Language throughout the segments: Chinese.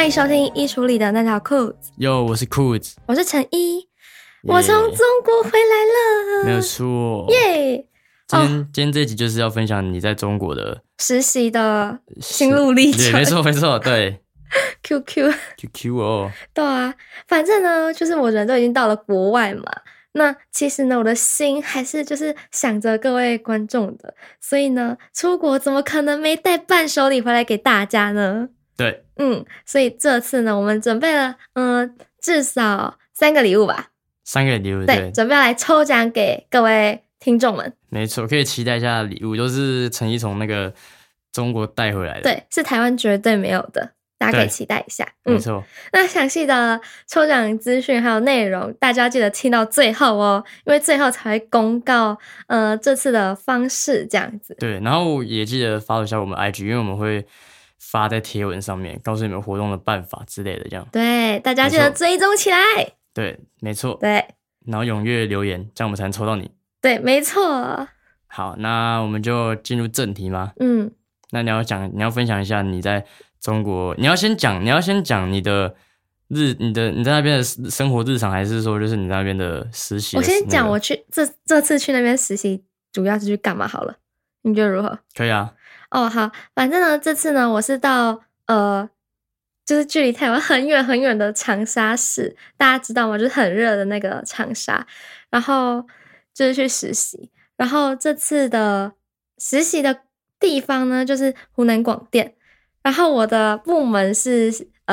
欢迎收听衣橱里的那条裤子。 哟，我是裤子， 我是陈一，我从中国回来了， 没有错， 耶！ 今天这一集就是要分享你在中国的实习的心路历程。 对，没错，对。QQ 哦， 对啊，反正呢，就是我人都已经到了国外嘛。那其实呢，我的心还是就是想着各位观众的，所以呢，出国怎么可能没带伴手礼回来给大家呢？ 对， 所以这次呢，我们准备了至少3个礼物吧 ，3个礼物， 对，准备要来抽奖给各位听众们。 没错，可以期待一下礼物，都是陈一从那个中国带回来的， 对，是台湾绝对没有的。大家可以期待一下， 没错。 那详细的抽奖资讯还有内容，大家记得听到最后哦，因为最后才会公告这次的方式这样子。 对，然后也记得follow一下我们 IG， 因为我们会发在贴文上面，告诉你们活动的办法之类的，这样。 对，大家记得追踪起来。 对，没错。 对， 然后踊跃留言，这样我们才能抽到你。 对，没错。 好，那我们就进入正题吗？那你要分享一下你在中国，你要先讲你在那边的生活日常，还是说就是你在那边的实习？ 我先讲我去这次去那边实习主要是去干嘛好了，你觉得如何？ 可以啊。 好，反正呢这次呢我是到就是距离台湾很远很远的长沙市，大家知道吗？就是很热的那个长沙，然后就是去实习，然后这次的实习的地方呢就是湖南广电。然后我的部门是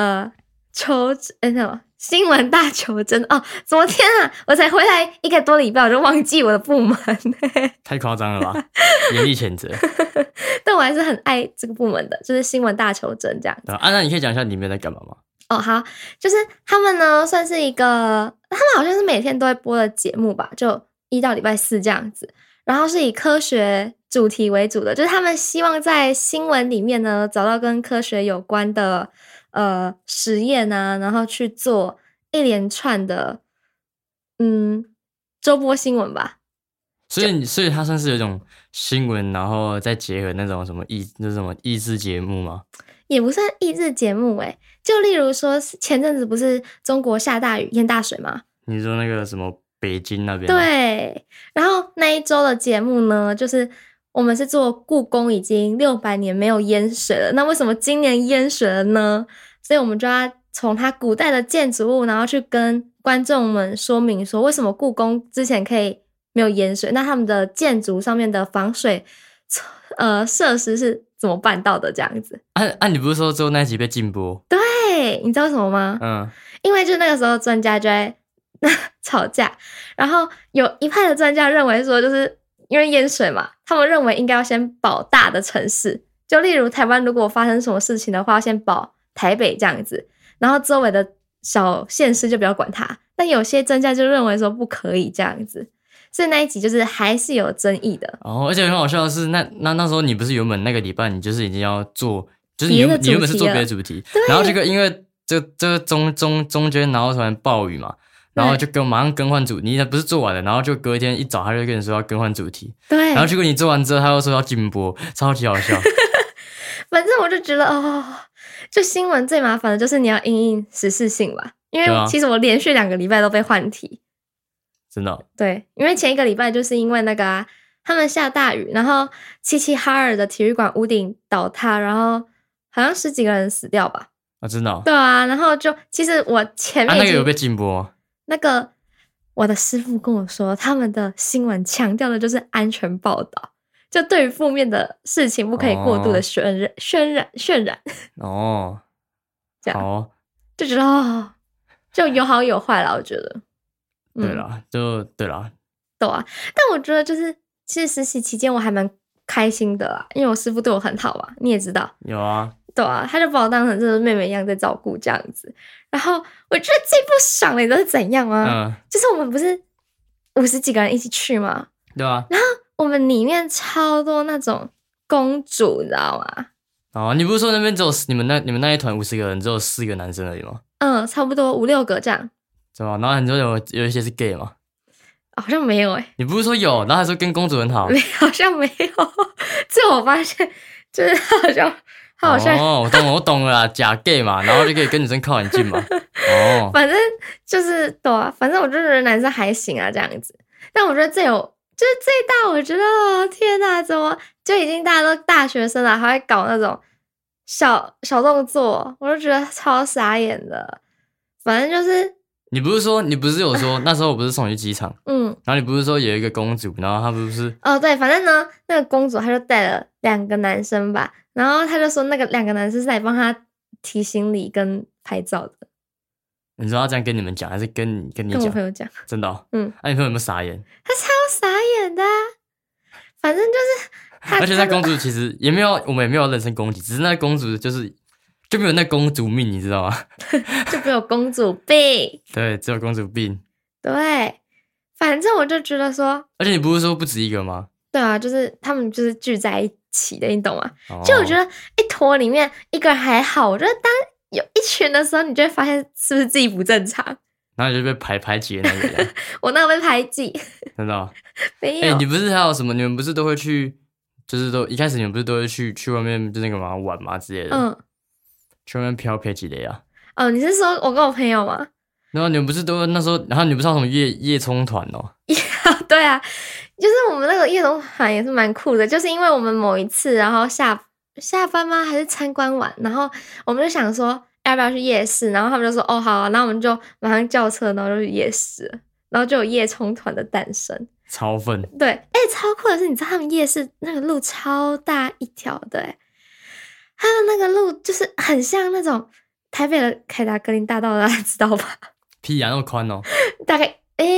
新闻大求真哦！昨天啊，我才回来1个多礼拜，我就忘记我的部门， 太夸张了吧！严厉谴责。 但我还是很爱这个部门的，就是新闻大求真这样子。 那你可以讲一下里面在干嘛吗？ 好，就是他们呢算是一个，他们好像是每天都会播的节目吧，就1到礼拜4这样子，然后是以科学主题为主的，就是他们希望在新闻里面呢找到跟科学有关的实验啊，然后去做一连串的周播新闻吧。 所以它算是有一种新闻，然后再结合那种什么益智节目吗？ 也不算益智节目就例如说前阵子不是中国下大雨淹大水吗？ 你说那个什么北京那边？ 对，然后那一周的节目呢，就是我们是做故宫已经600年没有淹水了，那为什么今年淹水了呢？所以我们就要从它古代的建筑物，然后去跟观众们说明说为什么故宫之前可以没有淹水，那他们的建筑上面的防水设施是怎么办到的这样子。 你不是说最后那一集被禁播？ 对，你知道为什么吗？因为就那个时候专家就在吵架，然后有一派的专家认为说，就是因为淹水嘛，他们认为应该要先保大的城市，就例如台湾如果发生什么事情的话，先保台北这样子，然后周围的小县市就不要管它。但有些专家就认为说不可以这样子，所以那一集就是还是有争议的。 而且很好笑的是，那时候你不是原本那个礼拜你就是已经要做，就是你原本是做别的主题，然后这个因为这个中间然后突然暴雨嘛。然后就马上更换主题，你不是做完了，然后就隔一天一早他就跟你说要更换主题， 对， 然后结果你做完之后他又说要禁播，超级好笑。 反正我就觉得就新闻最麻烦的就是你要因应时事性吧，因为其实我连续2个礼拜都被换题， 真的。 对，因为前1个礼拜就是因为那个他们下大雨，然后齐齐哈尔的体育馆屋顶倒塌，然后好像10几个人死掉吧。 真的。 对啊，然后就其实我前面那个有被禁播吗？ 那个我的师傅跟我说，他们的新闻强调的就是安全报道，就对于负面的事情不可以过度的渲染。 这样就觉得就有好有坏啦，我觉得。 对啦，就对啦。 对啊，但我觉得就是其实实习期间我还蛮开心的啦，因为我师傅对我很好嘛，你也知道。 有啊。 对啊，他就把我当成就是妹妹一样在照顾这样子。然后我觉得最不爽的你知道是怎样吗？就是我们不是50几个人一起去吗？ 对啊。 然后我们里面超多那种公主，你知道吗？你不是说那边只有你们那一团50个人只有4个男生而已吗？ 差不多5、6个这样。 对吧？然后你说有一些是 gay 吗？ 好像没有你不是说有，然后还说跟公主很好？ 好像没有。最后我发现就是好像我懂了啦，假 gay 嘛，然后就可以跟女生靠很近嘛。 反正就是对啊，反正我就觉得男生还行啊这样子。但我觉得就是最大，我觉得天哪，怎么就已经大家都大学生了，还会搞那种小动作，我就觉得超傻眼的。反正就是你不是有说那时候我不是送你去机场，然后你不是说有一个公主，然后她不是对，反正呢那个公主她就带了2个男生吧，然后她就说那个2个男生是来帮她提行李跟拍照的。 你知道这样跟你们讲，还是跟你讲？ 跟我朋友讲， 真的。那你朋友有没有傻眼？ 他超傻眼的，反正就是而且那公主其实我们也没有人身攻击，只是那公主就没有那公主命，你知道吗？ 就没有公主病。对， 只有公主病。 对，反正我就觉得说， 而且你不是说不止一个吗？ 对啊，就是他们就是聚在一起的，你懂吗？就我觉得一坨里面一个人还好，我觉得当有一群的时候，你就会发现是不是自己不正常， 然后你就被排挤的那个人。 我那个被排挤， 真的吗？ 没有。 你不是还有什么？你们不是都会去，就是一开始你们不是都会去外面就那个嘛玩嘛之类的？去外面漂撇几类啊？ 你是说我跟我朋友吗？ 然后你们不是都那时候，然后你不是有什么夜冲团哦？ 对啊，就是我们那个夜冲团也是蛮酷的，就是因为我们某一次，然后下班吗？还是参观完，然后我们就想说要不要去夜市，然后他们就说好啊，然后我们就马上叫车，然后就去夜市了，然后就有夜冲团的诞生。 超分。 对，超酷的是，你知道他们夜市那个路超大一条的，他的那个路就是很像那种台北的凯达格林大道，大家知道吧？ 屁啊，那么宽哦。 大概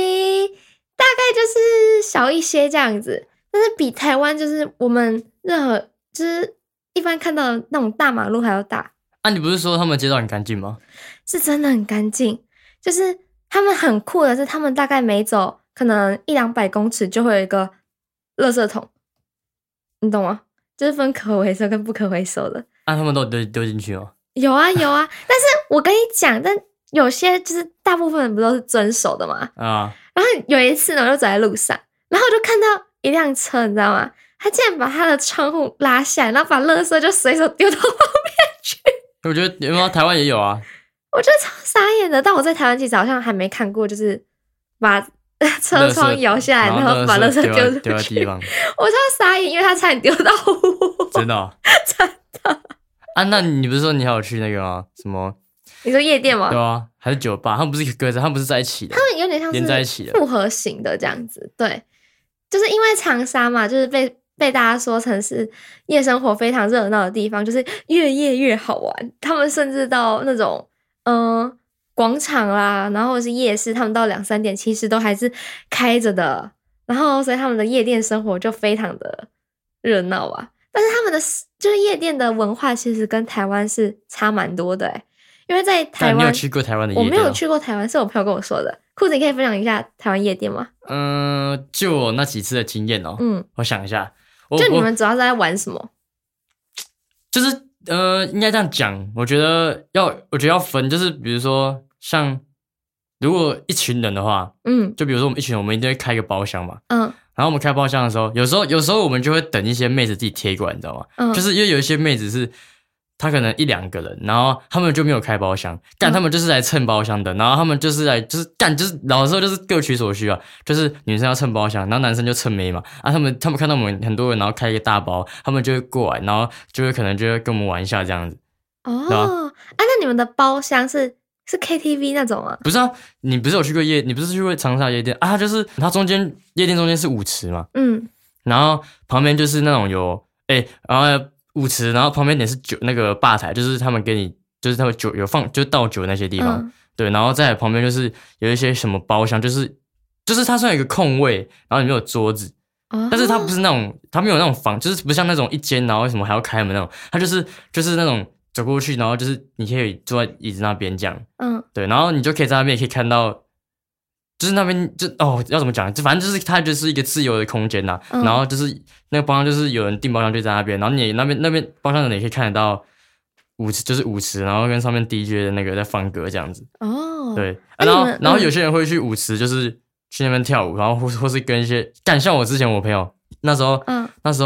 就是小一些这样子，但是比台湾就是我们任何就是一般看到的那种大马路还要大。 你不是说他们街道很干净吗？ 是真的很干净，就是他们很酷的是，他们大概每走可能100-200公尺就会有一个垃圾桶，你懂吗？就是分可回收跟不可回收的。 他们都丢进去吗？ 有啊，但是我跟你讲，但有些就是大部分人不都是遵守的嘛。然后有一次呢，我就走在路上，然后我就看到一辆车，你知道吗？他竟然把他的窗户拉下来，然后把垃圾就随手丢到后面去。 我觉得有没有台湾也有啊？ 我觉得超傻眼的，但我在台湾其实好像还没看过，就是把车窗摇下来，然后把垃圾丢在地方。 我超傻眼，因为他差点丢到我。 真的？ 真的。 那你不是说你还有去那个吗？什么？ 你说夜店吗？ 对啊，还是酒吧？他们不是隔着，他们不是在一起的。 他们有点像是连在一起的复合型的这样子。对，就是因为长沙嘛，就是被大家说成是夜生活非常热闹的地方，就是越夜越好玩。他们甚至到那种广场啦，然后或是夜市，他们到2-3点其实都还是开着的。然后所以他们的夜店生活就非常的热闹啊。但是他们的就是夜店的文化其实跟台湾是差蛮多的因为在台湾， 你有去过台湾的夜店？ 我没有去过台湾，是我朋友跟我说的。裤子，你可以分享一下台湾夜店吗？ 就我那几次的经验哦。我想一下， 就你们主要是在玩什么？ 就是应该这样讲，我觉得要分，就是比如说像如果一群人的话，就比如说我们一群人，我们一定会开一个包厢嘛，然后我们开包厢的时候，有时候我们就会等一些妹子自己贴过来，你知道吗？就是因为有一些妹子是她可能1-2个人，然后他们就没有开包厢，他们就是来蹭包厢的，然后他们就是来就是老实说就是各取所需啊，就是女生要蹭包厢，然后男生就蹭妹嘛，他们看到我们很多人，然后开一个大包，他们就会过来，然后可能就会跟我们玩一下这样子。 那你们的包厢是 KTV 那种啊？ 不是啊，你不是有去过你不是去过长沙夜店啊？就是它夜店中间是舞池嘛，然后旁边就是那种然后舞池，然后旁边也是酒那个吧台，就是他们给你，就是他们酒有放，就是倒酒那些地方，对，然后在旁边就是有一些什么包厢，就是它虽然有一个空位，然后里面有桌子，但是它不是那种，它没有那种房，就是不像那种一间，然后为什么还要开门那种，它就是那种走过去，然后就是你可以坐在椅子那边这样，对，然后你就可以在那边也可以看到。就是那边要怎么讲？反正就是它就是一个自由的空间呐，然后就是那个包厢就是有人订包厢就在那边，然后你那边包厢的人也可以看得到舞池，然后跟上面 DJ 的那个在放歌这样子。对，然后有些人会去舞池，就是去那边跳舞，然后或是跟一些像我之前我朋友那时候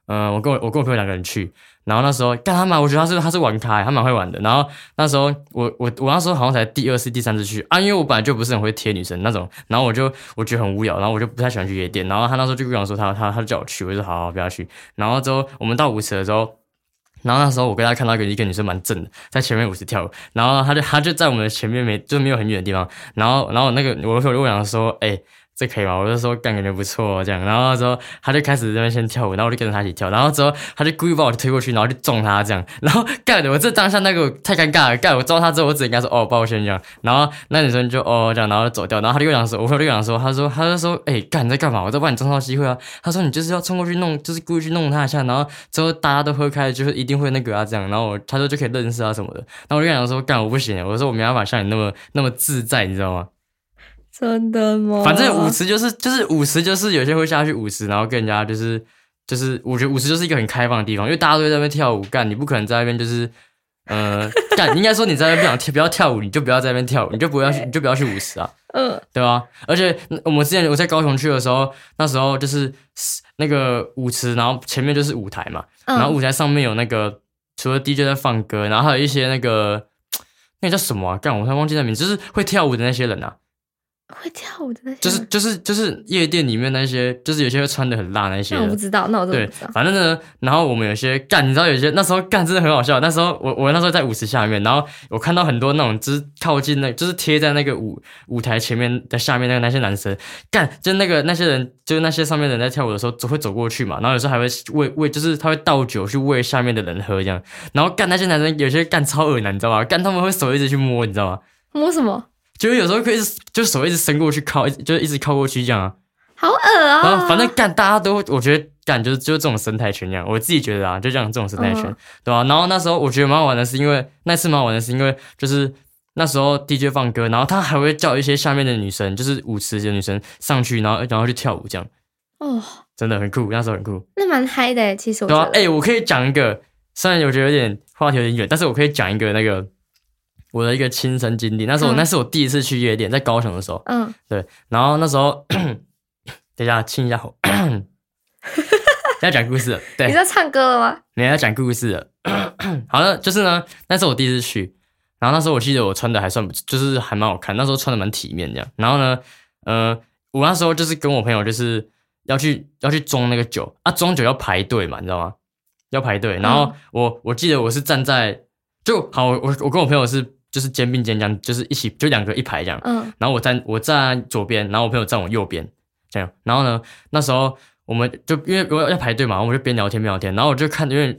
我跟我朋友2个人去，然后那时候干他妈，我觉得他是玩咖，他蛮会玩的。然后那时候我那时候好像才第2次、第3次去啊，因为我本来就不是很会贴女生那种，然后我觉得很无聊，然后我就不太喜欢去夜店。然后他那时候就跟我说他就叫我去，我就说好不要去。然后之后我们到舞池的时候。然后那时候我跟他看到一个女生蛮正的，在前面舞池跳舞，然后他就在我们的前面没有很远的地方，然后那个我的朋友就问我说，这可以吗？我就说感觉不错这样，然后之后他就开始在那边先跳舞，然后我就跟着他一起跳，然后之后他就故意把我推过去，然后就撞他这样，然后干的我这当下那个太尴尬了，干我撞他之后我只能跟他说抱歉这样，然后那女生就这样，然后就走掉，然后他就跟我讲说，我朋友就跟我讲说，他就说干你在干嘛？我在帮你创造机会啊，他说你就是要冲过去弄，就是故意去弄他一下，然后之后大家都喝开，就是一定会那个啊这样，然后他说就可以认识啊什么的，然后我就跟他讲说干我不行，我说我没办法像你那么自在，你知道吗？ 真的吗？ 反正舞池就是舞池就是有些会下去舞池，然后跟人家就是我觉得舞池就是一个很开放的地方，因为大家都在那边跳舞，干你不可能在那边就是干，应该说你在那边不要跳舞，你就不要在那边跳舞，你就不要去舞池啊，对吧？而且我在高雄去的时候，那时候就是那个舞池，然后前面就是舞台嘛，然后舞台上面有那个除了 DJ 在放歌，然后还有一些那个叫什么啊？干我才忘记那名字，就是会跳舞的那些人啊。 会跳舞的那些就是夜店里面那些，就是有些会穿的很辣那些。 那我不知道，那我真的不知道。 对，反正呢，然后我们有些干，你知道有些那时候干真的很好笑。那时候我那时候在舞池下面，然后我看到很多那种就是靠近就是贴在那个舞台前面的下面那些男生干，就那些人，就是那些上面的人在跳舞的时候会走过去嘛，然后有时候还会喂，就是他会倒酒去喂下面的人喝这样，然后干那些男生有些干超恶男，你知道吗？干他们会手一直去摸，你知道吗？ 摸什么？ 就是有时候可以就手一直伸过去靠，就是一直靠过去这样啊， 好恶啊！ 然后反正干大家都，我觉得干就是这种生态圈这样，我自己觉得啊，就这样这种生态圈，对吧？然后那时候我觉得蛮好玩的是，因为那次蛮好玩的是，因为就是那时候 DJ 放歌，然后他还会叫一些下面的女生，就是舞池的女生上去，然后去跳舞这样，真的很酷，那时候很酷， 那蛮嗨的其实我觉得。 对啊，我可以讲一个，虽然我觉得有点话题有点远，但是我可以讲一个那个。我的一个亲身经历，那是我第一次去夜店，在高雄的时候，对，然后那时候，等一下清一下喉，要讲故事了，对， 你在唱歌了吗？ 你要讲故事了，好了，就是呢，那是我第一次去，然后那时候我记得我穿的还算就是还蛮好看，那时候穿的蛮体面这样，然后呢，我那时候就是跟我朋友就是要去装那个酒啊，装酒要排队嘛，你知道吗？要排队，然后我记得我是站在就好，我跟我朋友是。就是肩并肩这样，就是一起就2个一排这样，然后我站左边，然后我朋友站我右边，这样，然后呢，那时候我们就因为要排队嘛，我们就边聊天，然后我就看到有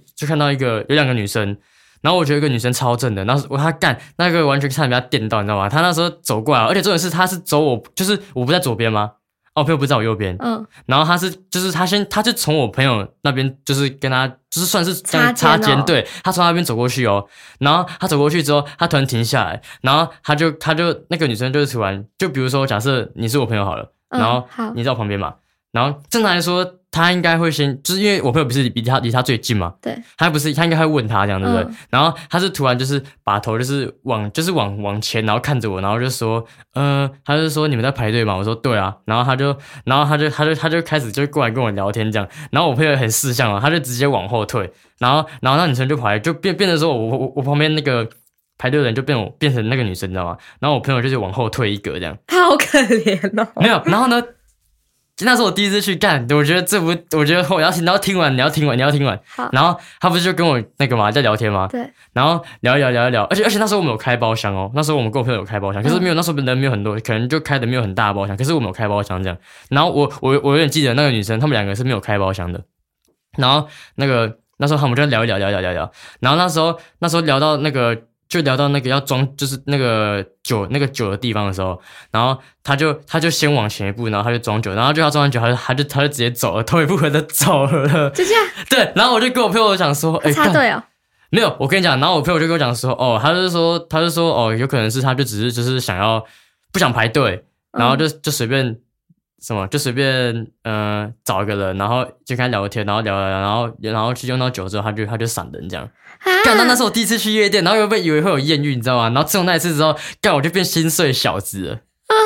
2个女生，然后我觉得一个女生超正的，然后他干那个完全差点被他电到，你知道吗？他那时候走过来，而且重点是他是走我，就是我不在左边吗？我朋友不在我右边，然后他就从我朋友那边就是跟他就是算是擦肩，对，他从那边走过去然后他走过去之后，他突然停下来，然后他就那个女生就是突然就比如说假设你是我朋友好了，然后你在我旁边嘛，然后正常来说他应该会先就是因为我朋友不是离他最近嘛， 对， 他应该会问他这样对不对？然后他是突然就是把头就是往前，然后看着我，然后就说他就说你们在排队吗？我说对啊，然后他就开始就过来跟我聊天这样，然后我朋友很识相他就直接往后退，然后那女生就跑来就变成说我旁边那个排队的人就变成那个女生，你知道吗？然后我朋友就是往后退一格这样， 好可怜哦。 没有，然后呢？那是我第一次去干，我觉得我觉得我要听完，你要听完。然后他不是就跟我那个嘛在聊天吗？ 对。 然后聊一聊，而且那时候我们有开包厢那时候我们跟我朋友有开包厢，可是没有那时候人没有很多，可能就开的没有很大的包厢，可是我们有开包厢这样。然后我有点记得那个女生，他们2个是没有开包厢的。然后那时候他们就聊一聊，然后那时候聊到那个。就聊到那个要装就是那个酒的地方的时候，然后他就先往前一步，然后他就装酒，然后他装完酒，他就直接走了，头也不回的走了， 就这样。 对，然后我就跟我朋友讲说， 插队哦， 没有，我跟你讲，然后我朋友就跟我讲说，他就说有可能是他就只是就是想要不想排队，然后就随便。就随便找一个人，然后就跟他聊天，然后聊，然后去用到酒之后，他就闪人这样。干到那是我第一次去夜店，然后以为会有艳遇，你知道吗？然后自从那一次之后，干我就变心碎小子了。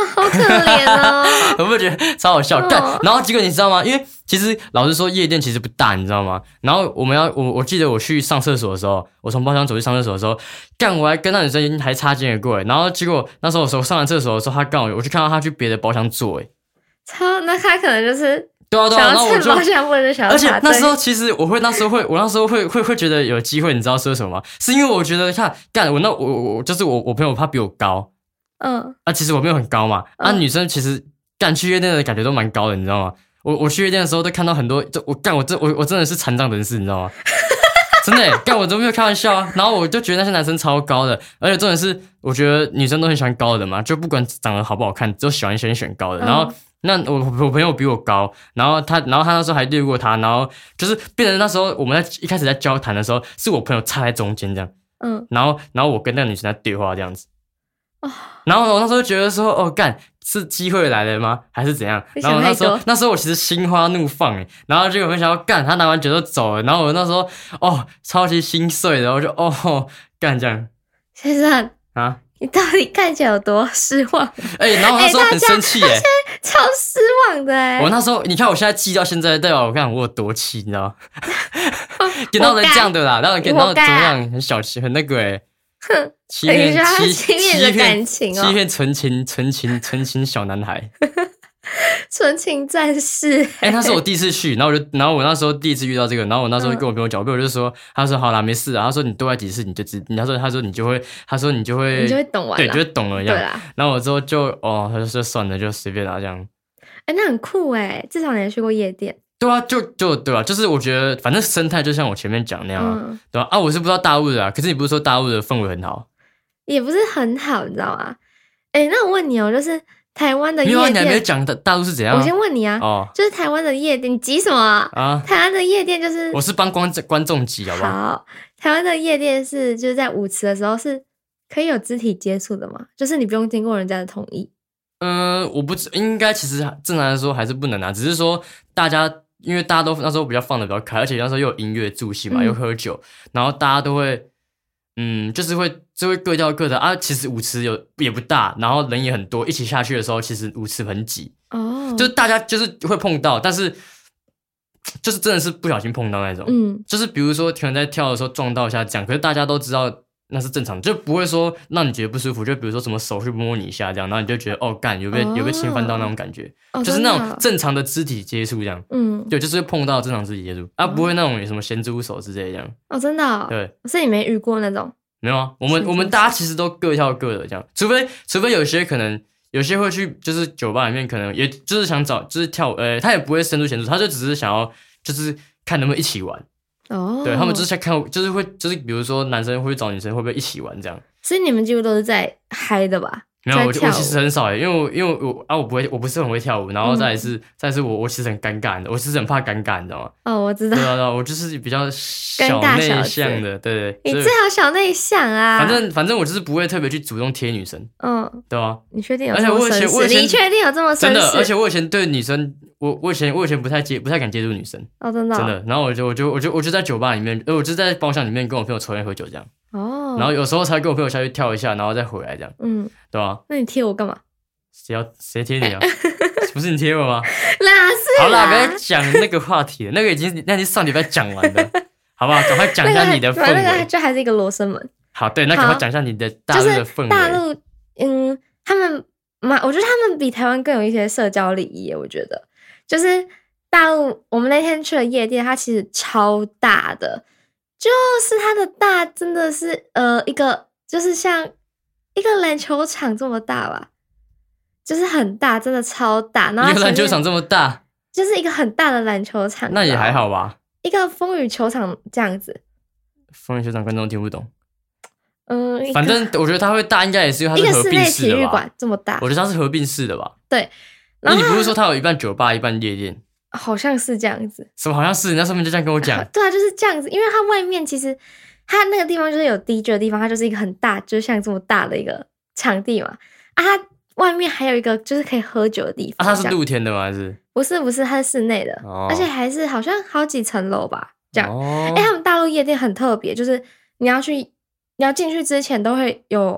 好可怜哦！ 我不觉得超好笑？然后结果你知道吗？因为其实老实说，夜店其实不大，你知道吗？然后我记得我去上厕所的时候，我从包厢走去上厕所的时候，我还跟那女生还擦肩而过，然后结果那时候我上完厕所的时候，他我就看到他去别的包厢坐， 那他可能就是对啊， 然后我就包厢或者想要， 而且那时候其实我那时候会觉得有机会，你知道说什么吗？是因为我觉得我就是我朋友他比我高，其实我没有很高嘛，女生其实去夜店的感觉都蛮高的，你知道吗？我去夜店的时候都看到很多，我真的是残障人士，你知道吗？真的我都没有开玩笑啊。然后我就觉得那些男生超高的，而且重点是我觉得女生都很喜欢高的嘛，就不管长得好不好看，都喜欢先选高的。然后那我朋友比我高，然后他那时候还略过他，然后就是变成那时候我们一开始在交谈的时候，是我朋友插在中间这样，然后我跟那个女生在对话这样子。然后我那时候觉得说，是机会来了吗？还是怎样？然后那时候我其实心花怒放然后结果没想到他拿完酒就走了，然后我那时候超级心碎的，我就这样。 先生啊，你到底看起来有多失望？ 然后我那时候很生气超失望的我那时候你看我现在记到现在，代表我有多气，你知道吗？给到人这样的啦，让人给到怎么样？很小气，很那个欺骗的感情欺骗纯情小男孩， 纯情战士。 那是我第一次去，然后我那时候第一次遇到这个，然后我那时候跟我朋友讲，我就说，他说好啦，没事啊，他说你多来几次你就知，他说你就会懂完了， 对，就会懂了这样。 对啦， 然后我之后就他就说算了，就随便啦这样。 那很酷至少你也去过夜店。 对啊，就对啊，就是我觉得反正生态就像我前面讲那样对啊。我是不知道大陆的可是你不是说大陆的氛围很好？ 也不是很好，你知道吗？那我问你就是台湾的夜店， 你还没有讲大陆是怎样？ 我先问你就是台湾的夜店，你急什么啊？台湾的夜店就是我是帮观众急好不好？ 好，台湾的夜店是就是在舞池的时候是可以有肢体接触的吗？就是你不用经过人家的同意？ 我不知应该其实正常来说还是不能只是说因为大家都那时候比较放得比较开，而且那时候又有音乐助兴嘛，又喝酒，然后大家都会就是会各跳各的其实舞池也不大，然后人也很多，一起下去的时候其实舞池很挤就是大家就是会碰到，但是就是真的是不小心碰到那种就是比如说可能在跳的时候撞到一下这样，可是大家都知道那是正常的，就不会说让你觉得不舒服，就比如说什么手去摸你一下这样，然后你就觉得有被侵犯到那种感觉就是那种正常的肢体接触这样对，就是会碰到正常肢体接触不会那种有什么咸猪手之类这样真的对， 所以你没遇过那种？ 没有我们大家其实都各跳各的这样，除非有些可能有些会去就是酒吧里面可能也就是想找就是跳舞他也不会深入浅出，他就只是想要就是看能不能一起玩对，他们就是在看就是会就是比如说男生会找女生会不会一起玩这样， 所以你们几乎都是在嗨的吧？ 没有我其实很少因为我不是很会跳舞，然后再来是我其实很尴尬的，我其实很怕尴尬你知道吗？ 我知道对我就是比较小内向的对， 你最好小内向啊， 反正我就是不会特别去主动贴女生对吧？ 你确定有这么绅士？你确定有这么绅士？ 真的，而且我以前对女生我以前不太敢接触女生真的真的，然后我就在酒吧里面我就在包厢里面跟我朋友抽烟喝酒这样然后有时候才跟我朋友下去跳一下，然后再回来这样对吧？ 那你贴我干嘛？ 谁贴你不是你贴我吗？ 哪是好啦，不要讲那个话题了，那个已经上礼拜讲完了好不好？赶快讲一下你的氛围那个就还是一个罗生门。 好，对，那赶快讲一下你的大陆的氛围。 大陆他们我觉得他们比台湾更有一些社交礼仪，我觉得就是大陆我们那天去了夜店，它其实超大的，就是它的大真的是一个就是像一个篮球场这么大吧，就是很大，真的超大。然后一个篮球场这么大， 就是一个很大的篮球场， 那也还好吧？ 一个风雨球场这样子。 风雨球场观众听不懂。反正我觉得它会大，应该也是因为它是合并式的吧？一个室内体育馆这么大， 我觉得它是合并式的吧？ 对。 那你不是说它有一半酒吧，一半夜店？ 好像是这样子。 什么？好像是？你在上面就这样跟我讲？ 对啊，就是这样子。因为它外面其实它那个地方就是有 DJ 的地方，它就是一个很大，就像这么大的一个场地嘛。它外面还有一个就是可以喝酒的地方。 它是露天的吗？还是？ 不是，它是室内的，而且还是好像好几层楼吧，这样。他们大陆夜店很特别，就是你要进去之前都会有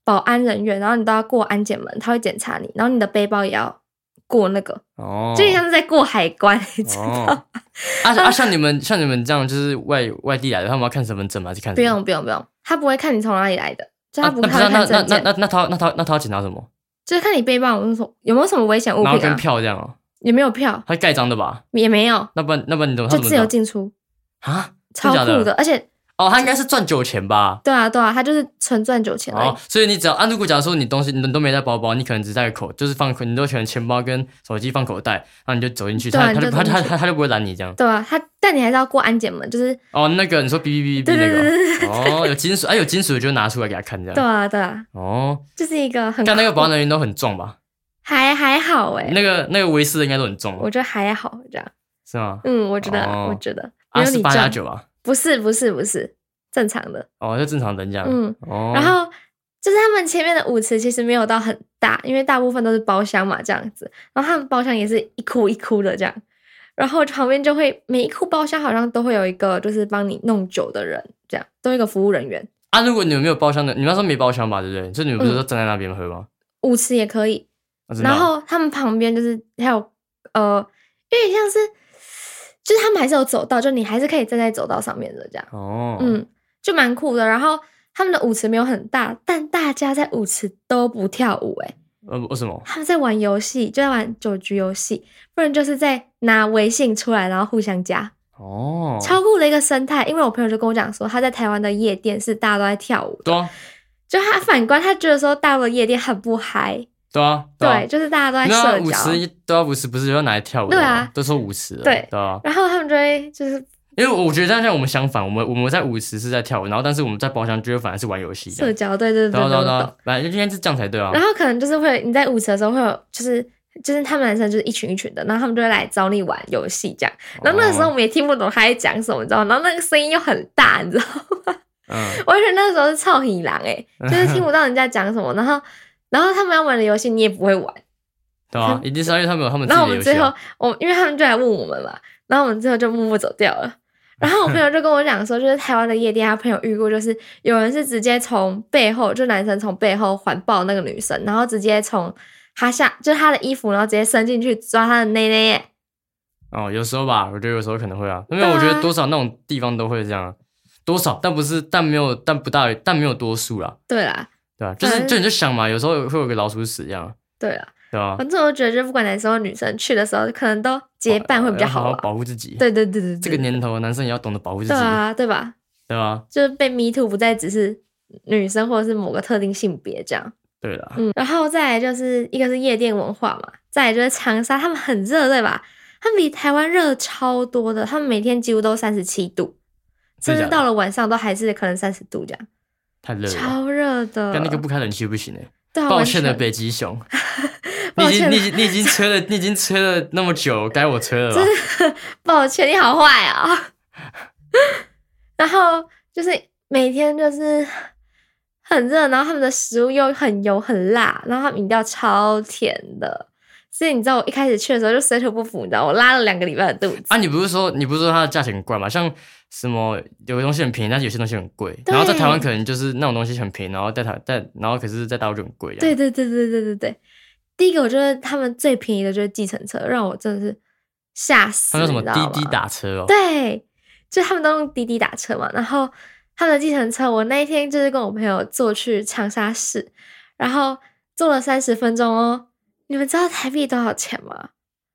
保安人员，然后你都要过安检门，他会检查你，然后你的背包也要过那个，就像是在过海关，你知道吗？ 像你们这样就是外地来的，他们要看身份证吗？还是看什么？ 不用，他不会看你从哪里来的，就他不会看证件。 那他要检查什么？ 就是看你背包有没有什么危险物品啊？ 然后跟票这样哦。 也没有票， 他盖章的吧？ 也没有。 那不然你怎么就自由进出啊？ 超酷的，而且他应该是赚酒钱吧？ 对啊，他就是纯赚酒钱而已。 所以你只要如果假如说你东西你都没带包包，你可能只带口，就是你都选钱包跟手机放口袋，然后你就走进去，他就不会拦你这样。 对啊，但你还是要过安检门，就是那个你说哔哔哔那个有金属有金属就拿出来给他看这样。 对啊就是一个很。 但那个保安人员都很壮吧？ 还好那个维斯的应该都很重， 我觉得还好这样。 是吗？ 我觉得是8+9啊？ 不是正常的就正常人这样。 然后就是他们前面的舞池其实没有到很大，因为大部分都是包厢嘛这样子，然后他们包厢也是一哭一哭的这样，然后旁边就会每一哭包厢好像都会有一个就是帮你弄酒的人，这样都有一个服务人员如果你们没有包厢的，你们那时候没包厢吧，对不对？就你们不是说站在那边喝吗？ 舞池也可以。然后他们旁边就是还有有点像是，就是他们还是有走道，就你还是可以站在走道上面的这样。就蛮酷的。然后他们的舞池没有很大，但大家在舞池都不跳舞为什么？ 他们在玩游戏，就在玩酒局游戏，不然就是在拿微信出来然后互相加。超酷的一个生态。因为我朋友就跟我讲说，他在台湾的夜店是大家都在跳舞的。 对啊。 就他反观，他觉得说大陆的夜店很不嗨。对，就是大家都在社交。 舞池不是要拿来跳舞的？对啊，都说舞池了。 对啊。然后他们就会就是， 因为我觉得像我们相反，我们在舞池是在跳舞，然后但是我们在包厢就反而是玩游戏社交。对， 反正应该是这样才对啊。 然后可能就是会你在舞池的时候会有就是他们男生就是一群一群的，然后他们就会来找你玩游戏这样。然后那个时候我们也听不懂他在讲什么，你知道吗？然后那个声音又很大，你知道吗？我觉得那个时候是臭皮狼就是听不到人家讲什么，然后他们要玩的游戏你也不会玩。 对啊，一定是因为他们有他们自己的游戏。 然后我们最后因为他们就来问我们嘛，然后我们最后就默默走掉了。然后我朋友就跟我讲说，就是台湾的夜店，他朋友遇过，就是有人是直接从背后，就男生从背后环抱那个女生，然后直接从就是他的衣服，然后直接伸进去抓他的内内。 有时候吧，我觉得有时候可能会啊，因为我觉得多少那种地方都会这样，多少，但没有多数啦。对啦。对啊，就你就想嘛，有时候会有个老鼠屎这样。对啦。对啊。反正我觉得，就不管男生或女生去的时候，可能都结伴会比较好，好好保护自己。对。这个年头，男生也要懂得保护自己。对啊，对吧？对啊。就是被 me too 不再只是女生或者是某个特定性别这样。对啦。然后再来就是一个是夜店文化嘛，再来就是长沙，他们很热，对吧？他们比台湾热超多的，他们每天几乎都37度，甚至到了晚上都还是可能30度这样。太热了，超热的。跟那个不开冷气不行抱歉了，北极熊。你已经吹了那么久，该我吹了吧？抱歉，你好坏啊。然后就是每天就是很热，然后他们的食物又很油很辣，然后他们饮料超甜的。所以你知道我一开始去的时候就水土不服，你知道我拉了2个礼拜的肚子啊！你不是说它的价钱很贵吗？像什么有的东西很便宜，但是有些东西很贵。然后在台湾可能就是那种东西很便宜，然后然后可是在大陆就很贵。对。第一个我觉得他们最便宜的就是计程车，让我真的是吓死。他们什么滴滴打车哦？对，就他们都用滴滴打车嘛。然后他们的计程车，我那一天就是跟我朋友坐去长沙市，然后坐了30分钟哦。你们知道台币多少钱吗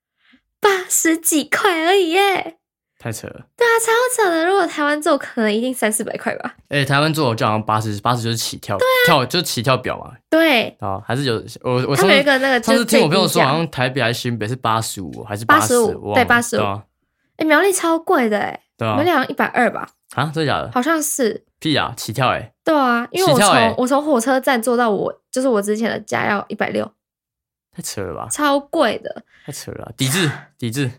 ？80几块而已耶！太扯了。对啊，超扯的。如果台湾做，可能一定300-400块吧。台湾做就好像80就是起跳，就是起跳表嘛。对啊，还是有我他们有一个那个，上次听我朋友说，好像台北还是新北是85还是85？对，85。苗栗超贵的对啊，苗栗好像120吧？啊，真的假的？好像是。屁啊，起跳对啊，因为我从火车站坐到就是我之前的家要160。太扯了吧，超贵的，太扯了，抵制抵制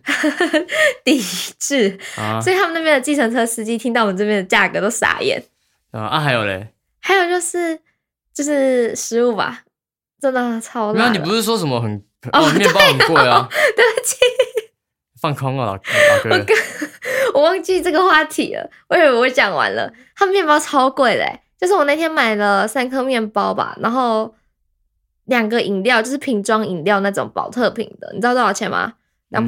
啊！所以他们那边的计程车司机听到我们这边的价格都傻眼啊！还有嘞，还有就是食物吧，真的超辣。那你不是说什么面包很贵啊？对不起，放空啊，老哥，我忘记这个话题了，我以为我讲完了。他们面包超贵的就是我那天买了3颗面包吧，然后2个饮料，就是瓶装饮料那种保特瓶的，你知道多少钱吗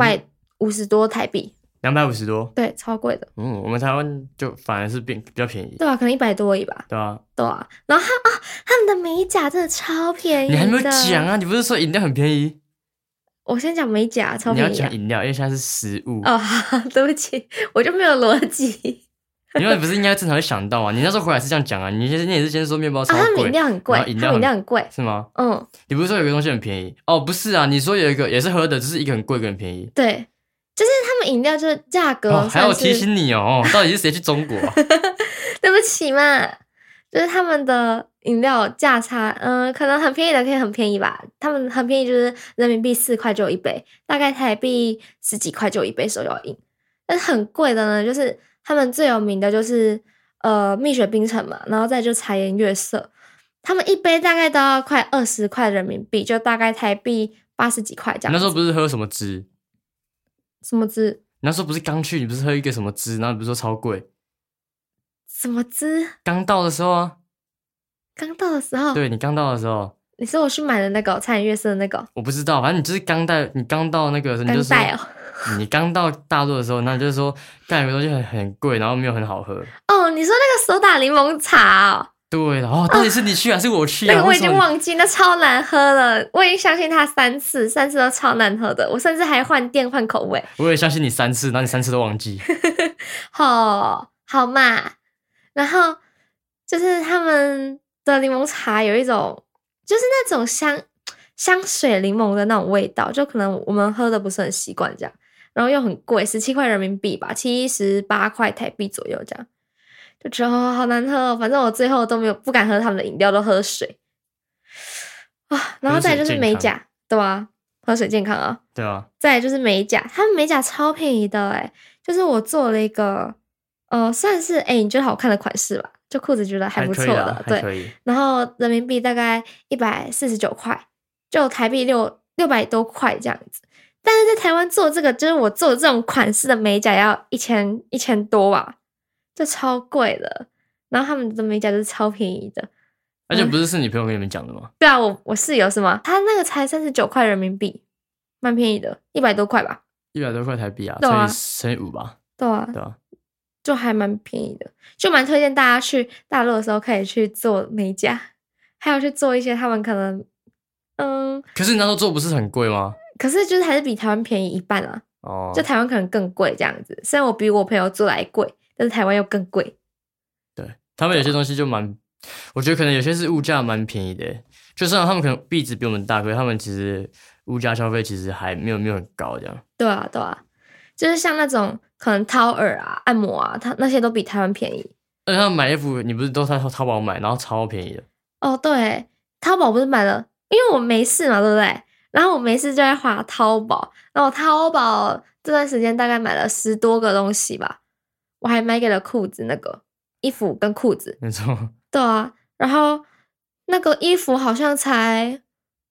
？250多台币。 250多？ 对，超贵的。 我们台湾就反而是比较便宜。 对啊，可能100多而已吧。 对啊， 对啊。然后他们的美甲真的超便宜的。 你还没有讲啊？你不是说饮料很便宜？ 我先讲美甲超便宜。 你要讲饮料，因为现在是食物。 哦，好，对不起，我就没有逻辑。 因为不是应该正常会想到啊？你那时候回来是这样讲啊？你也是先说面包超贵， 他们饮料很贵， 饮料很贵， 是吗？你不是说有个东西很便宜？哦，不是啊，你说有一个也是喝的，就是一个很贵，一个很便宜。 对。就是他们饮料就是价格还要提醒你哦，到底是谁去中国啊？ 对不起嘛，就是他们的饮料价差，可能很便宜的可以很便宜吧，他们很便宜就是人民币4块就有一杯，大概台币10几块就有一杯手摇饮。但是很贵的呢，就是他们最有名的就是蜜雪冰城嘛，然后再就茶颜悦色，他们一杯大概都要快20块人民币，就大概台币80几块这样。 那时候不是喝什么汁？ 什么汁？ 那时候不是刚去，你不是喝一个什么汁，然后你不是说超贵？ 什么汁？ 刚到的时候啊。 刚到的时候？ 对，你刚到的时候。 你说我去买的那个茶颜悦色的那个？ 我不知道，反正你就是你刚到那个，你就说你刚到大陆的时候，那你就是说干有个东西很贵，然后没有很好喝。 哦，你说那个手打柠檬茶哦？ 对了，到底是你去还是我去啊？ 那个我已经忘记，那超难喝了。我已经相信它3次都超难喝的。我甚至还换店换口味。 我也相信你3次，然后你3次都忘记。 好嘛。然后就是他们的柠檬茶有一种，就是那种香水柠檬的那种味道，就可能我们喝的不是很习惯这样，然后又很贵，17块人民币吧，78块台币左右这样，就觉得好难喝哦。反正我最后都不敢喝他们的饮料，都喝水啊。然后再来就是美甲，对啊，喝水健康啊， 对啊。 再来就是美甲，他们美甲超便宜的欸，就是我做了一个算是你觉得好看的款式吧，就裤子觉得还不错的，对，然后人民币大概149块，就台币600多块这样子。但是在台湾做这个，就是我做这种款式的美甲要1000多吧，就超贵的。然后他们的美甲就是超便宜的， 而且不是你朋友跟你们讲的吗？ 对啊，我室友是吗？他那个才39块人民币，蛮便宜的，100多块吧 ，100多块台币啊，乘以5吧。 对啊，就还蛮便宜的，就蛮推荐大家去大陆的时候可以去做美甲，还有去做一些他们可能可是你那时候做不是很贵吗？ 可是就是还是比台湾便宜一半啊。就台湾可能更贵这样子，虽然我比我朋友做来贵，但是台湾又更贵。 对，他们有些东西就我觉得可能有些是物价蛮便宜的，就算他们可能币值比我们大，可是他们其实物价消费其实还没有很高这样。 对啊，就是像那种可能掏耳啊、按摩啊，那些都比台湾便宜。 而且他们买衣服，你不是都在淘宝买，然后超便宜的。 哦，对，淘宝不是买了，因为我没事嘛，对不对？然后我没事就在滑淘宝，然后我淘宝这段时间大概买了10多个东西吧，我还买给了裤子，那个衣服跟裤子。 没错。 对啊，然后那个衣服好像才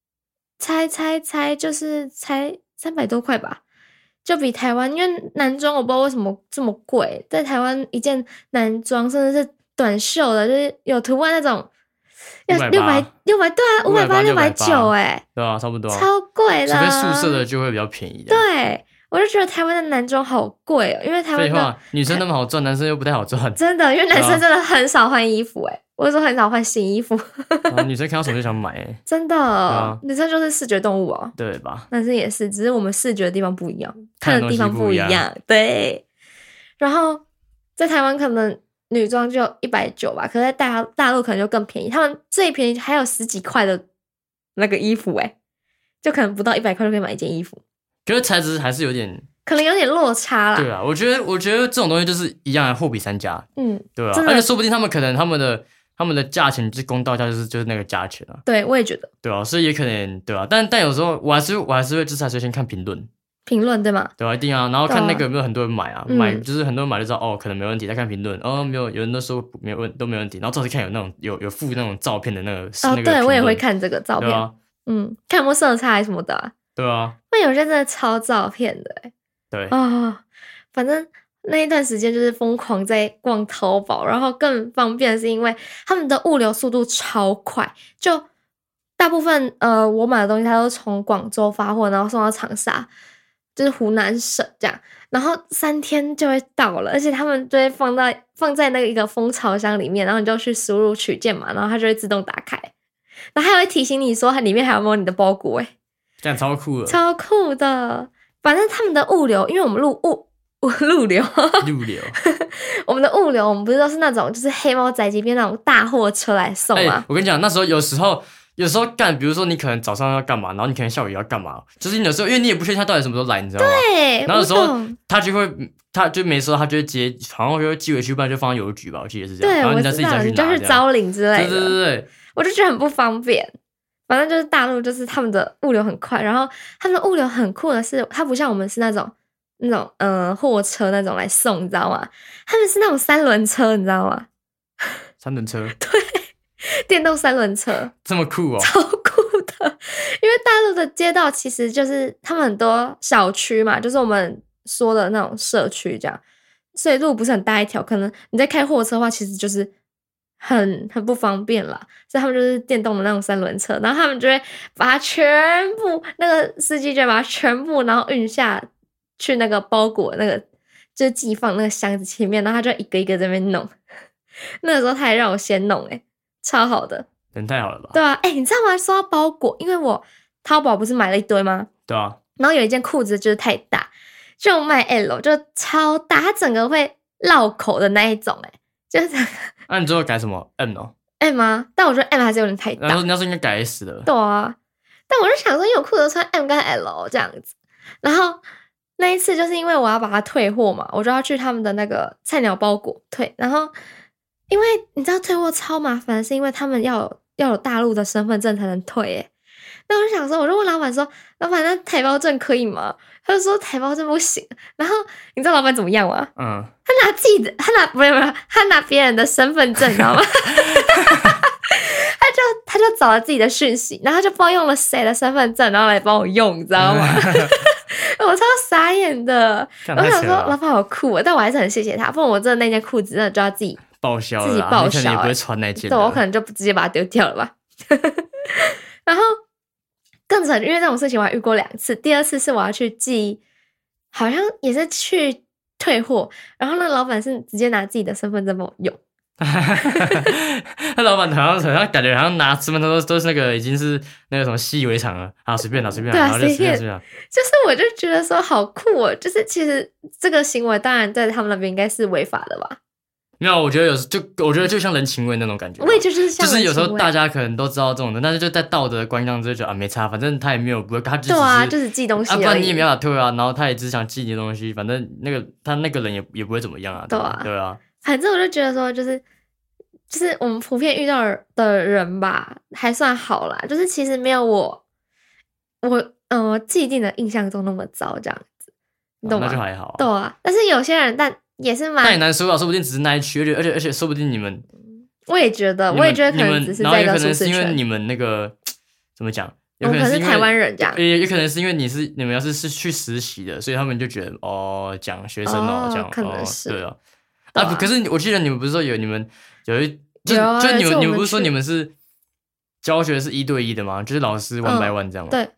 就是才300多块吧，就比台湾，因为男装我不知道为什么这么贵，在台湾一件男装甚至是短袖的，就是有图案那种。要600，对啊，580、690， 对啊，差不多， 超贵的。 除非宿舍的就会比较便宜的。 对，我就觉得台湾的男装好贵哦，因为台湾的女生那么好赚，男生又不太好赚。 真的，因为男生真的很少换衣服我说很少换新衣服。 女生看到什么就想买真的，女生就是视觉动物哦， 对吧？ 男生也是，只是我们视觉的地方不一样，看的地方不一样。对，然后在台湾可能女装就190吧，可是在大陆可能就更便宜，他们最便宜还有10几块的那个衣服就可能不到100块就可以买一件衣服。 可是材质还是有点， 可能有点落差啦。 对啊，我觉得这种东西就是一样的货比三家。对啊，而且说不定他们可能他们的价钱就是公道价，就是那个价钱啊。 对，我也觉得。 对啊，所以也可能对啊，但有时候我还是会就是还是先看评论。 对吗？ 对啊，一定啊，然后看那个有没有很多人买啊，买就是很多人买就知道可能没问题，再看评论没有，有人都说都没问题，然后再看有那种有附那种照片的那个对，我也会看这个照片，看有没有色差什么的。 对啊， 那有些真的超照片的对反正那一段时间就是疯狂在逛淘宝，然后更方便的是因为他们的物流速度超快，就大部分我买的东西它都从广州发货，然后送到长沙，就是湖南省这样，然后3天就会到了，而且他们就会放在那个一个封槽箱里面，然后你就去输入取件嘛，然后它就会自动打开，然后还会提醒你说它里面还有没有你的包裹这样超酷的， 超酷的。反正他们的物流，因为我们物流，我们的物流，我们不是都是那种就是黑猫宅急便那种大货车来送吗？ 我跟你讲，那时候有时候干，比如说你可能早上要干嘛，然后你可能下午也要干嘛，就是你有时候因为你也不确定他到底什么时候来，你知道吗？ 对， 然后有时候他就没收，他就会直接好像就寄回去，不然就放到邮局吧，我记得是这样。 对， 然后你再自己再去拿， 你就是招领之类的。 对， 我就觉得很不方便。反正就是大陆，就是他们的物流很快，然后他们的物流很酷的是，它不像我们是那种货车那种来送，你知道吗？他们是那种3轮车，你知道吗 ？3轮车？ 对，电动3轮车， 这么酷哦， 超酷的。因为大陆的街道其实就是他们很多小区嘛，就是我们说的那种社区这样，所以路不是很大一条，可能你在开货车的话，其实就是很不方便啦，所以他们就是电动的那种3轮车，然后他们就会把它全部，那个司机就会把它全部，然后运下去那个包裹那个就是寄放那个箱子前面，然后他就一个一个在那边弄。那个时候他还让我先弄超好的， 人太好了吧？ 对啊，你知道吗？说到包裹，因为我淘宝不是买了一堆吗？ 对啊， 然后有一件裤子就是太大，就卖 L 就超大，它整个会绕口的那一种就是那你最后改什么 M 哦 ？M 吗？但我觉得 M 还是有点太大。 然后那时候应该改 S 的。 对啊，但我就想说，因为我裤子穿 M 跟 L 这样子，然后那一次就是因为我要把它退货嘛，我就要去他们的那个菜鸟包裹退，然后因为你知道退货超麻烦，是因为他们要有大陆的身份证才能退那我就想说，我就问老板说，老板那台胞证可以吗？他就说台胞证不行。然后你知道老板怎么样吗？他拿自己的，他拿别人的身份证，你知道吗？他就找了自己的讯息，然后就不知道用了谁的身份证，然后来帮我用，你知道吗？我超傻眼的。我想说老板好酷但我还是很谢谢他，不然我真的那件裤子真的就要自己报销了， 自己报销， 你可能也不会穿那件。 对，我可能就直接把它丢掉了吧。然后更扯，因为这种事情我还遇过2次。第2次是我要去寄，好像也是去退货，然后那老板是直接拿自己的身份证帮我用。 那老板好像感觉好像拿身份证都是那个已经是那个什么习以为常了啊，随便拿， 对啊， 然后就随便。 就是我就觉得说好酷就是其实这个行为当然在他们那边应该是违法的吧。 没有，我觉得我觉得就像人情味那种感觉。 我也就是像人情味， 就是有时候大家可能都知道这种的，但是就在道德观上就觉得没差，反正他也没有不会，他就对啊，就是寄东西而已， 不然你也没办法退然后他也只想寄你的东西，反正他那个人也不会怎么样对啊。 反正我就觉得说就是我们普遍遇到的人吧，还算好啦，就是其实没有我既定的印象中那么糟这样子，你懂吗？ 那就还好。 对啊，但是有些人也是蛮， 那也难说说不定只是那一区，而且说不定你们， 我也觉得可能只是在一个舒适圈， 然后也可能是因为你们那个怎么讲，有可能是台湾人这样， 也可能是因为你们要是去实习的，所以他们就觉得讲学生讲可能是对啊。可是我记得你们不是说你们有一就你们不是说你们是教学是1对1的吗？就是老师1 by 1这样吗？ 对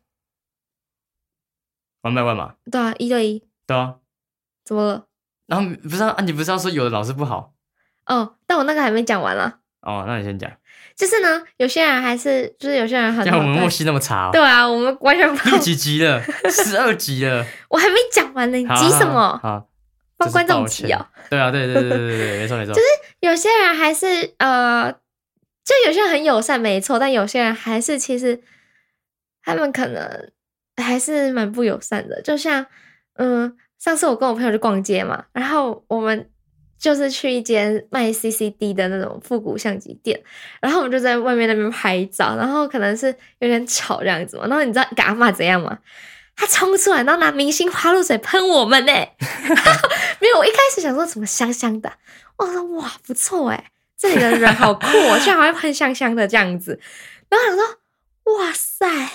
，1 by 1嘛。 对啊，1对1。 对啊。 怎么了？ 然后不是你不是要说有的老师不好？ 但我那个还没讲完啦。 那你先讲。 就是呢，有些人还是就是有些人很， 像我们默契那么差对啊，我们完全不录几集了，12集了， 我还没讲完呢，你急什么？ 好， 帮观众急对啊，对，没错。 就是有些人还是就有些人很友善，没错，但有些人还是其实他们可能还是蛮不友善的。就像上次我跟我朋友去逛街嘛，然后我们就是去一间卖 CCD 的那种复古相机店，然后我们就在外面那边拍照，然后可能是有点吵这样子嘛，然后你知道一个阿嬷怎样吗？他冲出来，然后拿明星花露水喷我们没有，我一开始想说怎么香香的，我说哇不错这里的人好酷居然还会喷香香的这样子，然后想说哇塞，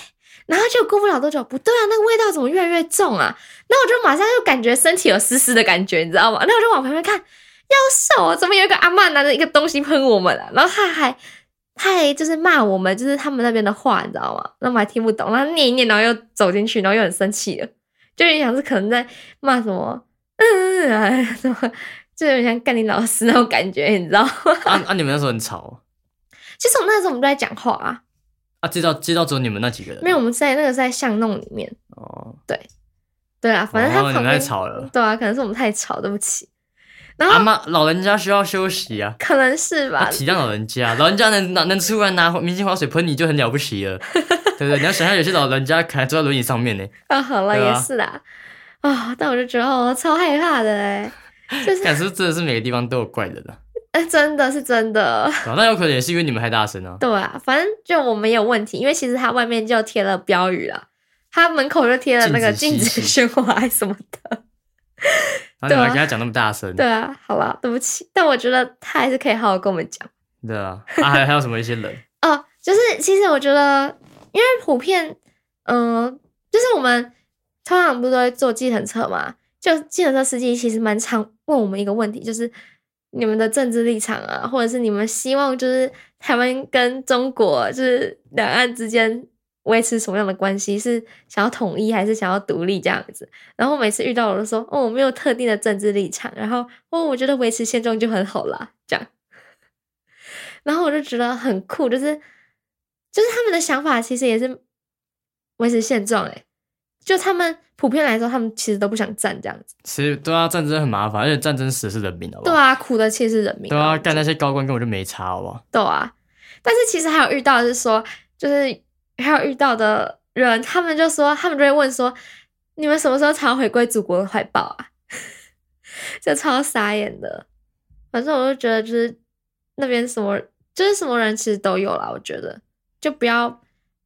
然后就过不了多久，不对啊，那个味道怎么越来越重啊？然后我就马上就感觉身体有湿湿的感觉，你知道吗？然后我就往旁边看，要手啊，怎么有一个阿嬷拿着一个东西喷我们啊？然后他还就是骂我们，就是他们那边的话，你知道吗？然后我们还听不懂，然后念一念，然后又走进去，然后又很生气了，就有点像是可能在骂什么，什么，就有点像干你老师那种感觉，你知道吗？ 你们那时候很吵。 其实我们那时候我们都在讲话啊。 街道只有你们那几个人？ 没有，我们在那个在巷弄里面。 哦， 对啊，反正他旁边你们太吵了。 对啊，可能是我们太吵，对不起。然后老人家需要休息啊， 可能是吧。 体谅老人家能出来拿明星花水喷你就很了不起了，对不对？你要想象有些老人家可能坐在轮椅上面呢。 好了，也是啦。但我就觉得我超害怕的哎，就是感觉真的是每个地方都有怪人啊。 真的是真的。 那有可能也是因为你们太大声啊。 对啊，反正就我们有问题，因为其实他外面就贴了标语了，他门口就贴了那个禁止喧哗什么的。 然后你还跟他讲那么大声。 对啊，好吧，对不起，但我觉得他还是可以好好跟我们讲。 对啊，还有什么一些人就是其实我觉得，因为普遍，就是我们通常不是都会坐计程车嘛，就计程车司机其实蛮常问我们一个问题，就是你们的政治立场啊，或者是你们希望就是台湾跟中国就是两岸之间维持什么样的关系，是想要统一还是想要独立这样子。然后每次遇到我就说，我没有特定的政治立场，然后我觉得维持现状就很好啦，这样。然后我就觉得很酷，就是他们的想法其实也是维持现状就他们普遍来说，他们其实都不想战这样子。 其实对啊，战争很麻烦，而且战争死的是人民，好不好？ 对啊，苦的其实是人民。 对啊，干那些高官根本就没差，好不好？ 对啊，但是其实还有遇到的是说，就是还有遇到的人，他们就会问说，你们什么时候才要回归祖国的怀抱啊？就超傻眼的。反正我就觉得，就是那边什么人其实都有啦。我觉得就不要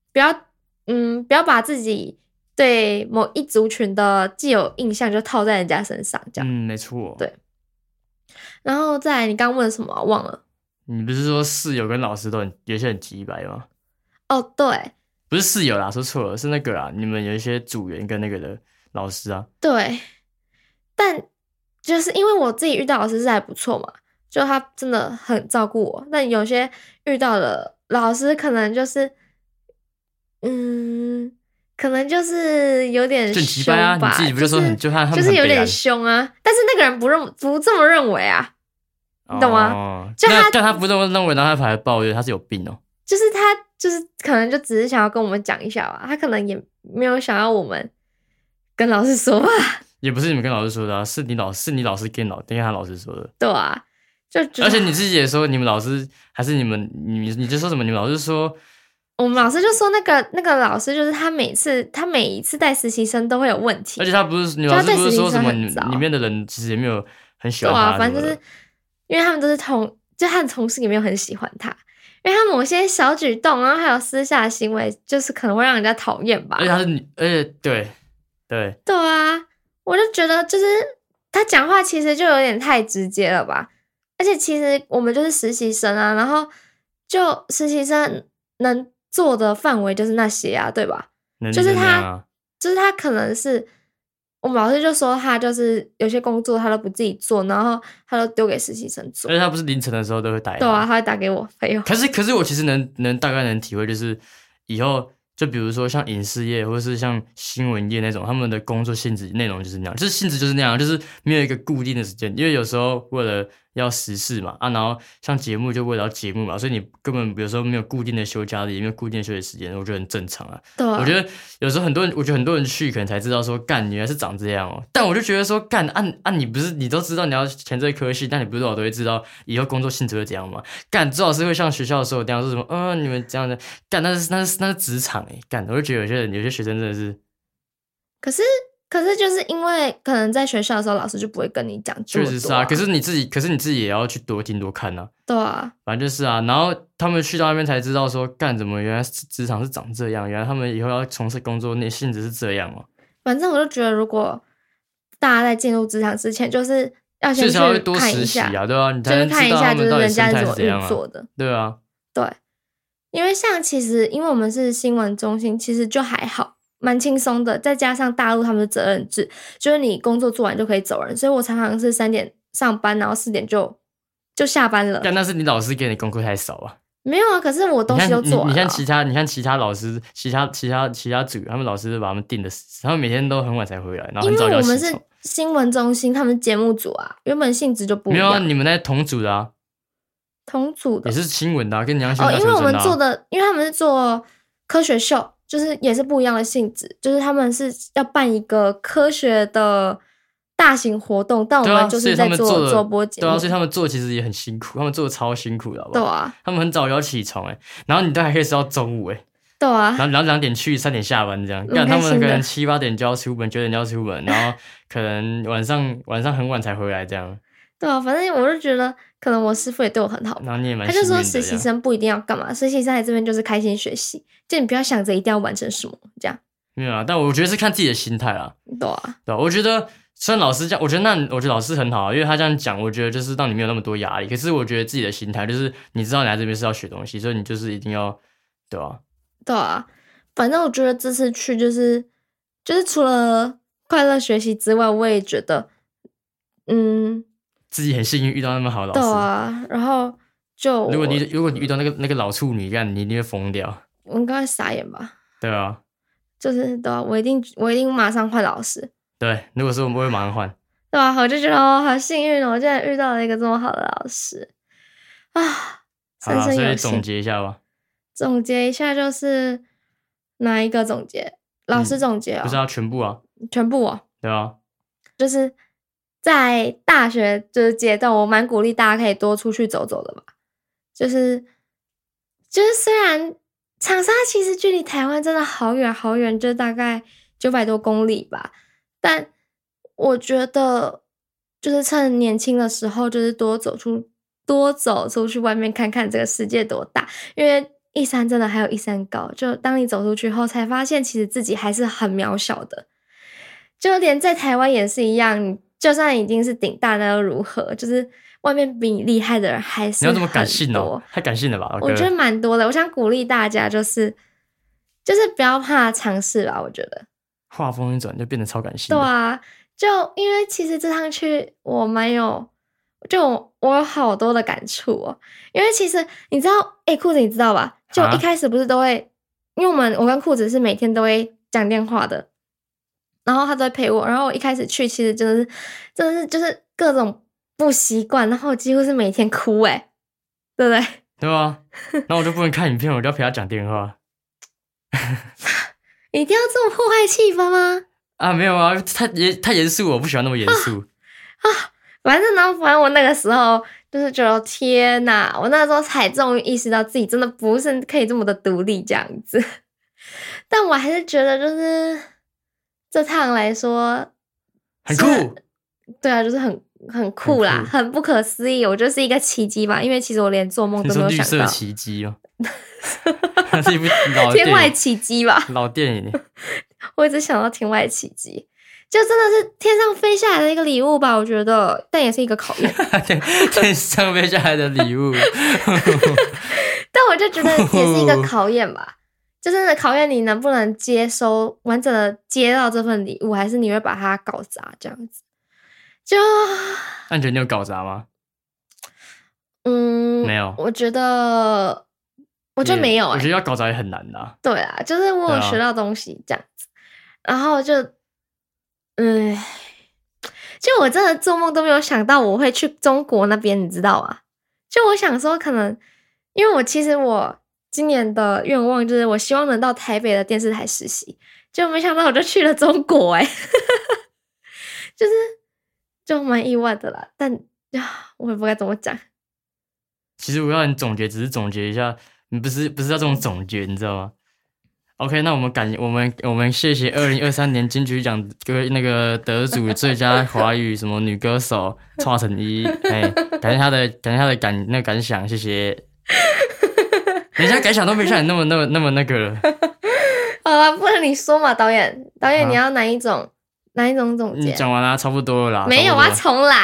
把自己对某一族群的既有印象就套在人家身上，这样。 没错。 对。然后再来，你刚问什么？忘了。 你不是说室友跟老师都有些很鸡掰吗？ 对。 不是室友啦，说错了，是那个啦。你们有一些组员跟那个的老师啊。 对。但就是因为我自己遇到老师是还不错嘛，就他真的很照顾我。但有些遇到的老师可能就是，可能就是有点凶吧。 你自己不就说很就是有点凶啊。但是那个人不这么认为啊，你懂吗？就他不这么认为，然后他还抱怨他是有病哦。 就是他就是可能就只是想要跟我们讲一下吧，他可能也没有想要我们跟老师说吧。 也不是你们跟老师说的啊，是你老师跟他老师说的。 对啊， 而且你自己也说你们老师还是你就说什么？你们老师说， 我们老师就说那个老师就是他每一次带实习生都会有问题。 而且你老师不是说什么里面的人其实也没有很喜欢他。 对啊，反正就是因为他们都是就他的同事也没有很喜欢他，因为他某些小举动，然后还有私下的行为，就是可能会让人家讨厌吧。 而且对啊。我就觉得，就是他讲话其实就有点太直接了吧，而且其实我们就是实习生啊，然后就实习生能做的范围就是那些啊，对吧？就是他可能是我们老师就说他就是有些工作他都不自己做，然后他都丢给实习生做， 而且他不是凌晨的时候都会打。 对啊，他会打给我废话。 可是我其实大概能体会，就是以后。就比如说像影视业或者是像新闻业那种，他们的工作性质内容就是那样，就是性质就是那样，就是没有一个固定的时间，因为有时候为了要时事嘛，然后像节目就为了要节目嘛，所以你根本有时候没有固定的休假日，也没有固定的休息时间，我觉得很正常啊。 对啊。 我觉得有时候很多人去可能才知道说，干原来是长这样哦。但我就觉得说，干你不是你都知道你要填这科系，但你不是我都会知道以后工作性质会怎样吗？干最好是会像学校的时候这样说什么，你们这样的干，那是职场干，我就觉得有些学生真的是， 可是就是因为可能在学校的时候，老师就不会跟你讲这么多。 确实是啊，可是你自己也要去多听多看啊。 对啊， 反正就是啊，然后他们去到那边才知道说，干怎么原来职场是长这样，原来他们以后要从事工作那性质是这样哦。 反正我就觉得，如果大家在进入职场之前，就是要先去看一下啊，对啊，你才能就是看一下就是人家是怎么怎样运作的。 对啊， 对。 因为像其实因为我们是新闻中心，其实就还好，蛮轻松的。再加上大陆他们的责任制，就是你工作做完就可以走人，所以我常常是3点上班，然后4点就下班了。 但那是你老师给你功课太少啊。 没有啊，可是我东西都做完了。 你看其他老师，其他组，他们老师把他们定的，他们每天都很晚才回来，然后很早就要起床。因为我们是新闻中心，他们节目组啊，原本性质就不一样。 没有啊，你们在同组的啊。 同组的也是新闻的啊，跟你一样新闻因为我们做的，因为他们是做科学秀，就是也是不一样的性质，就是他们是要办一个科学的大型活动，但我们就是在做播节目。 对啊，所以他们做其实也很辛苦，他们做的超辛苦的，好不好？ 对啊， 他们很早就要起床然后你都还可以睡到中午对啊， 然后2点去3点下班这样，他们可能7、8点就要出门，9点就要出门，然后可能晚上很晚才回来这样。 对啊，反正我就觉得可能我师父也对我很好， 然后你也蛮他就说实习生不一定要干嘛，实习生来这边就是开心学习，就你不要想着一定要完成什么这样。 没有啊，但我觉得是看自己的心态啦。 对啊， 对啊，我觉得虽然老师这样，我觉得老师很好，因为他这样讲，我觉得就是让你没有那么多压力。可是我觉得自己的心态就是你知道你来这边是要学东西，所以你就是一定要，对啊。 对啊，反正我觉得这次去就是除了快乐学习之外，我也觉得自己很幸运遇到那么好的老师。 对啊，然后就如果你遇到那个老处女，你一定会疯掉。 我应该会傻眼吧？ 对啊， 就是对啊，我一定马上换老师。 对，如果是我们会马上换。 对啊，我就觉得好幸运哦，我竟然遇到了一个这么好的老师啊！深深有幸。 所以总结一下吧。 总结一下就是哪一个总结？老师总结啊？ 不是啊，全部啊。 全部啊？ 对啊。 就是在大学就是阶段，我蛮鼓励大家可以多出去走走的吧。就是虽然长沙其实距离台湾真的好远好远，就大概900多公里吧，但我觉得就是趁年轻的时候，就是多走出去外面看看这个世界多大，因为一山真的还有一山高，就当你走出去后才发现其实自己还是很渺小的，就连在台湾也是一样，你就算已经是顶大那又如何，就是外面比你厉害的人还是很多。 你要这么感性哦？太感性了吧？ 我觉得蛮多的，我想鼓励大家就是不要怕尝试吧，我觉得话锋一转就变得超感性。 对啊，就因为其实这趟去我有好多的感触哦，因为其实你知道裤子你知道吧，就一开始不是都会因为我跟裤子是每天都会讲电话的，然后他都会陪我，然后我一开始去其实真的是就是各种不习惯，然后几乎是每天哭对不对？ 对啊，那我就不能看影片，我就要陪他讲电话。 一定要这么破坏气氛吗？ 啊，没有啊，太严肃，我不喜欢那么严肃反正我那个时候就是觉得天哪，我那时候才终于意识到自己真的不是可以这么的独立这样子。但我还是觉得就是这趟来说很酷。 对啊，就是很酷啦，很不可思议，我觉得是一个奇迹吧，因为其实我连做梦都没有想到。 你说绿色奇迹哦？是一部老天外奇迹吧？ 老电影。 我一直想到天外奇迹，就真的是天上飞下来的一个礼物吧，我觉得，但也是一个考验。 天上飞下来的礼物。 但我就觉得也是一个考验吧，就真的考验你能不能完整的接到这份礼物，还是你会把它搞砸这样子。 那你觉得你有搞砸吗？没有。 我觉得没有我觉得要搞砸也很难的。 对啊，就是我有学到东西这样子，然后就我真的做梦都没有想到我会去中国那边，你知道吗？就我想说可能因为其实我今年的愿望就是我希望能到台北的电视台实习，就没想到我就去了中国就蛮意外的啦，但我也不该怎么讲。 其实我要你总结，只是总结一下，你不是要这种总结，你知道吗 ？OK， 那我们谢谢2023年金曲奖那个得主最佳华语什么女歌手蔡成一，感谢他的感想，谢谢。人家感想都没像你那么那个了。 好了，不然你说嘛，导演你要哪一种总结？ 你讲完了，差不多了啦。 没有啊，重来。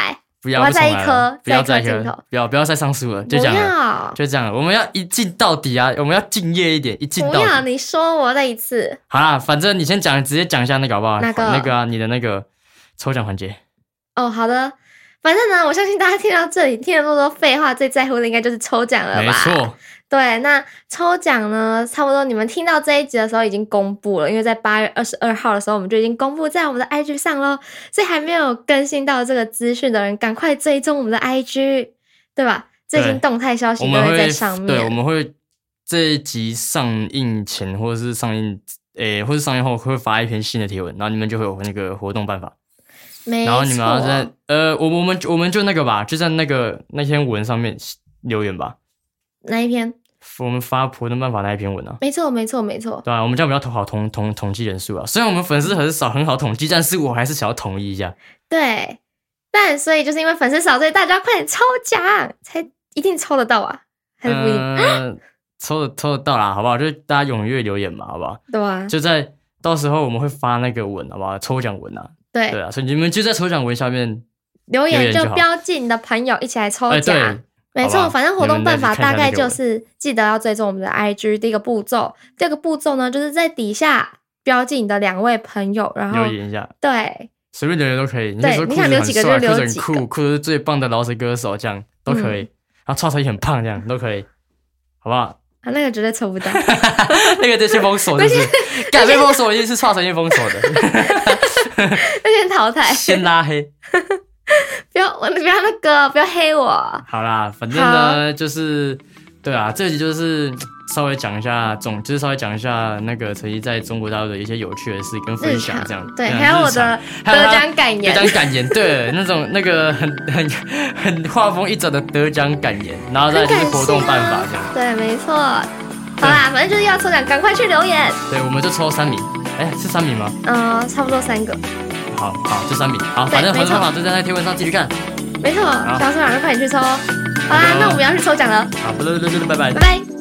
不要我要再一颗， 不要再一颗镜头， 不要再上诉了，就这样了，就这样了。我们要一镜到底啊，我们要敬业一点，一镜到底。 不要，你说我再一次。 好啦，反正你先讲，直接讲一下那个好不好？ 那个啊，你的那个抽奖环节。 哦，好的。反正呢，我相信大家听到这里，听了那么多废话，最在乎的应该就是抽奖了吧？ 没错。 对，那抽奖呢，差不多你们听到这一集的时候已经公布了，因为在8月22号的时候，我们就已经公布在我们的 IG 上咯，所以还没有更新到这个资讯的人，赶快追踪我们的 IG， 对吧？最新动态消息都会在上面。 对，我们会这一集上映前或者是上映或者上映后会发一篇新的贴文，然后你们就会有那个活动办法。然后你们要在我们就那个吧，就在那篇文上面留言吧。 哪一篇？ 我们发活动办法那一篇文啊。 没错。 对啊，我们这样比较好统计人数啊。虽然我们粉丝很少，很好统计，但是我还是想要统一一下。 对，但所以就是因为粉丝少，所以大家快点抽奖，才一定抽得到啊？还是不一定？ 抽得到啦，好不好？就大家踊跃留言嘛，好不好？ 对啊。 就在到时候我们会发那个文，好不好？抽奖文啊。对啊，所以你们就在抽奖文下面留言，就标记你的朋友一起来抽奖。没错，反正活动办法大概就是记得要追踪我们的 IG， 第一个步骤。第二个步骤呢，就是在底下标记你的2位朋友，然后留言一下。 对， 随便留言都可以。 对，你想留几个就留几个。 酷是最棒的饶舌歌手，这样都可以。然后超车也很胖，这样都可以，好不好？ 那个绝对抽不到。 那个就先封锁，就是改被封锁，一定是超车先封锁的。 先淘汰， 先拉黑。 不要那个，不要黑我。 好啦，反正呢就是对啊，这集就是稍微讲一下就是稍微讲一下那个陈毅在中国大陆的一些有趣的事跟分享，这样。 对，还有我的得奖感言， 对，那个很画风一转的得奖感言，然后再就是活动办法这样。 对，没错。好啦，反正就是要抽奖，赶快去留言。 对，我们就抽3名。是3名吗？ 差不多3个。 好，就3名。好，反正活动办法就在贴文上继续看。 没错，想抽奖就快点去抽。好啦，那我们要去抽奖了。 好，拜拜。 拜拜。